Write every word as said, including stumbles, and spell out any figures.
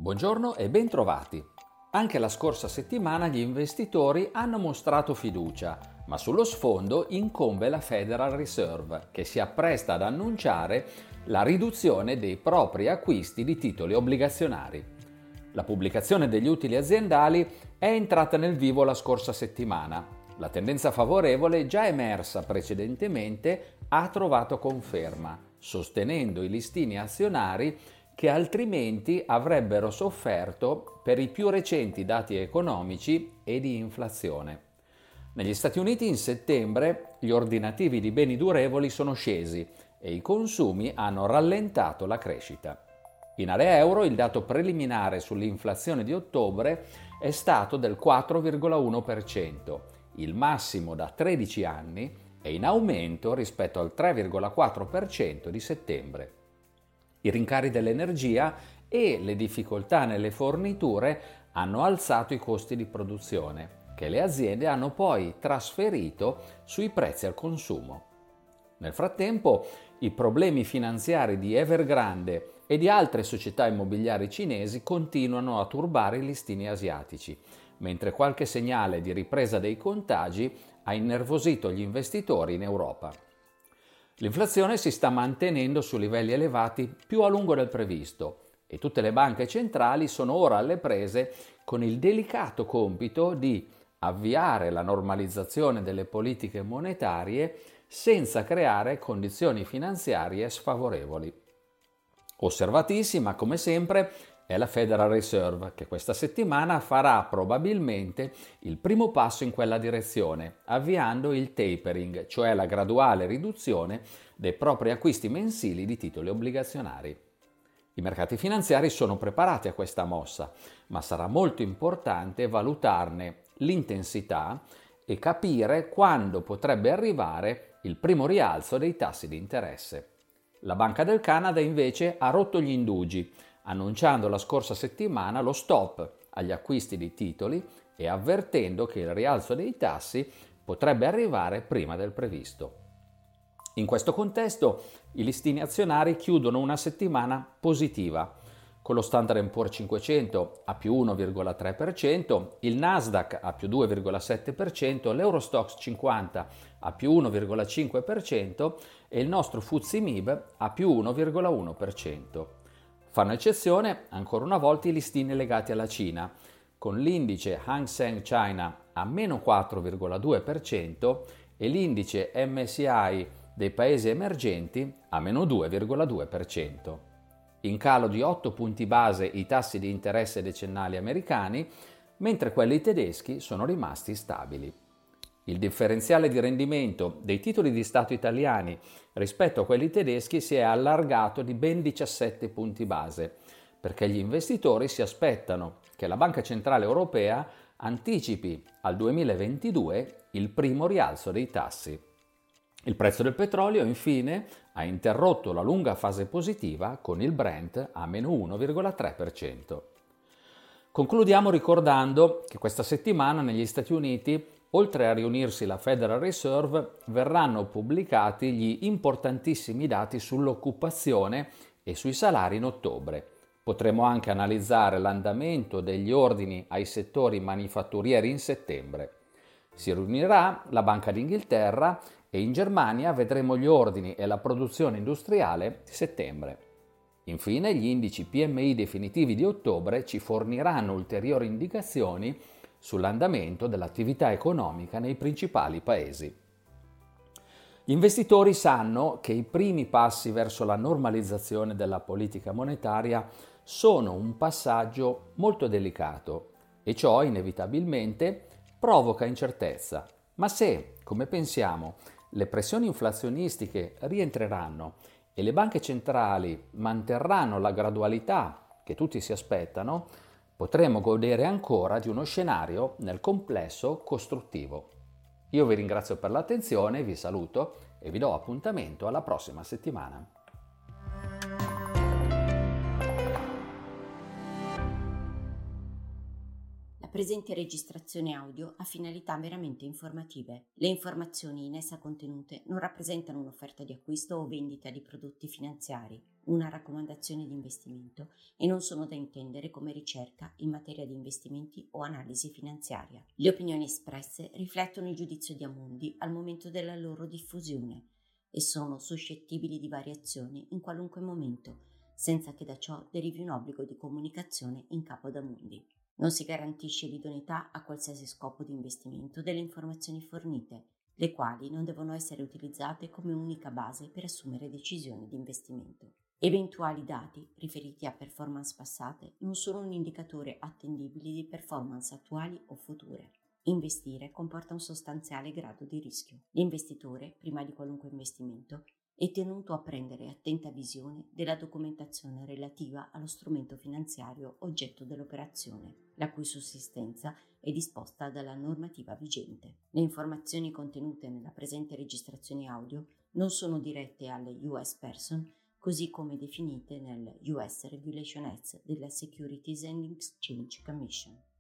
Buongiorno e bentrovati. Anche la scorsa settimana gli investitori hanno mostrato fiducia, ma sullo sfondo incombe la Federal Reserve, che si appresta ad annunciare la riduzione dei propri acquisti di titoli obbligazionari. La pubblicazione degli utili aziendali è entrata nel vivo la scorsa settimana. La tendenza favorevole, già emersa precedentemente, ha trovato conferma, sostenendo i listini azionari che altrimenti avrebbero sofferto per i più recenti dati economici e di inflazione. Negli Stati Uniti in settembre gli ordinativi di beni durevoli sono scesi e i consumi hanno rallentato la crescita. In area euro il dato preliminare sull'inflazione di ottobre è stato del quattro virgola uno per cento, il massimo da tredici anni e in aumento rispetto al tre virgola quattro per cento di settembre. I rincari dell'energia e le difficoltà nelle forniture hanno alzato i costi di produzione, che le aziende hanno poi trasferito sui prezzi al consumo. Nel frattempo, i problemi finanziari di Evergrande e di altre società immobiliari cinesi continuano a turbare i listini asiatici, mentre qualche segnale di ripresa dei contagi ha innervosito gli investitori in Europa. L'inflazione si sta mantenendo su livelli elevati più a lungo del previsto e tutte le banche centrali sono ora alle prese con il delicato compito di avviare la normalizzazione delle politiche monetarie senza creare condizioni finanziarie sfavorevoli. Osservatissima, come sempre, è la Federal Reserve, che questa settimana farà probabilmente il primo passo in quella direzione, avviando il tapering, cioè la graduale riduzione dei propri acquisti mensili di titoli obbligazionari. I mercati finanziari sono preparati a questa mossa, ma sarà molto importante valutarne l'intensità e capire quando potrebbe arrivare il primo rialzo dei tassi di interesse. La Banca del Canada invece ha rotto gli indugi, annunciando la scorsa settimana lo stop agli acquisti di titoli e avvertendo che il rialzo dei tassi potrebbe arrivare prima del previsto. In questo contesto, i listini azionari chiudono una settimana positiva, con lo Standard and Poor's cinquecento a più uno virgola tre per cento, il Nasdaq a più due virgola sette per cento, l'Eurostoxx cinquanta a più uno virgola cinque per cento e il nostro F T S E M I B a più uno virgola uno per cento. Fanno eccezione, ancora una volta, i listini legati alla Cina, con l'indice Hang Seng China a meno quattro virgola due per cento e l'indice M S C I dei paesi emergenti a meno due virgola due per cento. In calo di otto punti base i tassi di interesse decennali americani, mentre quelli tedeschi sono rimasti stabili. Il differenziale di rendimento dei titoli di Stato italiani rispetto a quelli tedeschi si è allargato di ben diciassette punti base, perché gli investitori si aspettano che la Banca Centrale Europea anticipi al duemilaventidue il primo rialzo dei tassi. Il prezzo del petrolio, infine, ha interrotto la lunga fase positiva con il Brent a meno uno virgola tre per cento. Concludiamo ricordando che questa settimana negli Stati Uniti, oltre a riunirsi la Federal Reserve, verranno pubblicati gli importantissimi dati sull'occupazione e sui salari in ottobre. Potremo anche analizzare l'andamento degli ordini ai settori manifatturieri in settembre. Si riunirà la Banca d'Inghilterra e in Germania vedremo gli ordini e la produzione industriale di settembre. Infine, gli indici P M I definitivi di ottobre ci forniranno ulteriori indicazioni sull'andamento dell'attività economica nei principali paesi. Gli investitori sanno che i primi passi verso la normalizzazione della politica monetaria sono un passaggio molto delicato e ciò inevitabilmente provoca incertezza. Ma se, come pensiamo, le pressioni inflazionistiche rientreranno e le banche centrali manterranno la gradualità che tutti si aspettano, potremo godere ancora di uno scenario nel complesso costruttivo. Io vi ringrazio per l'attenzione, vi saluto e vi do appuntamento alla prossima settimana. La presente registrazione audio ha finalità meramente informative. Le informazioni in essa contenute non rappresentano un'offerta di acquisto o vendita di prodotti finanziari, una raccomandazione di investimento e non sono da intendere come ricerca in materia di investimenti o analisi finanziaria. Le opinioni espresse riflettono il giudizio di Amundi al momento della loro diffusione e sono suscettibili di variazioni in qualunque momento, senza che da ciò derivi un obbligo di comunicazione in capo ad Amundi. Non si garantisce l'idoneità a qualsiasi scopo di investimento delle informazioni fornite, le quali non devono essere utilizzate come unica base per assumere decisioni di investimento. Eventuali dati riferiti a performance passate non sono un indicatore attendibile di performance attuali o future. Investire comporta un sostanziale grado di rischio. L'investitore, prima di qualunque investimento, è tenuto a prendere attenta visione della documentazione relativa allo strumento finanziario oggetto dell'operazione, la cui sussistenza è disposta dalla normativa vigente. Le informazioni contenute nella presente registrazione audio non sono dirette alle U S Person, così come definite nel U S Regulation Act della Securities and Exchange Commission.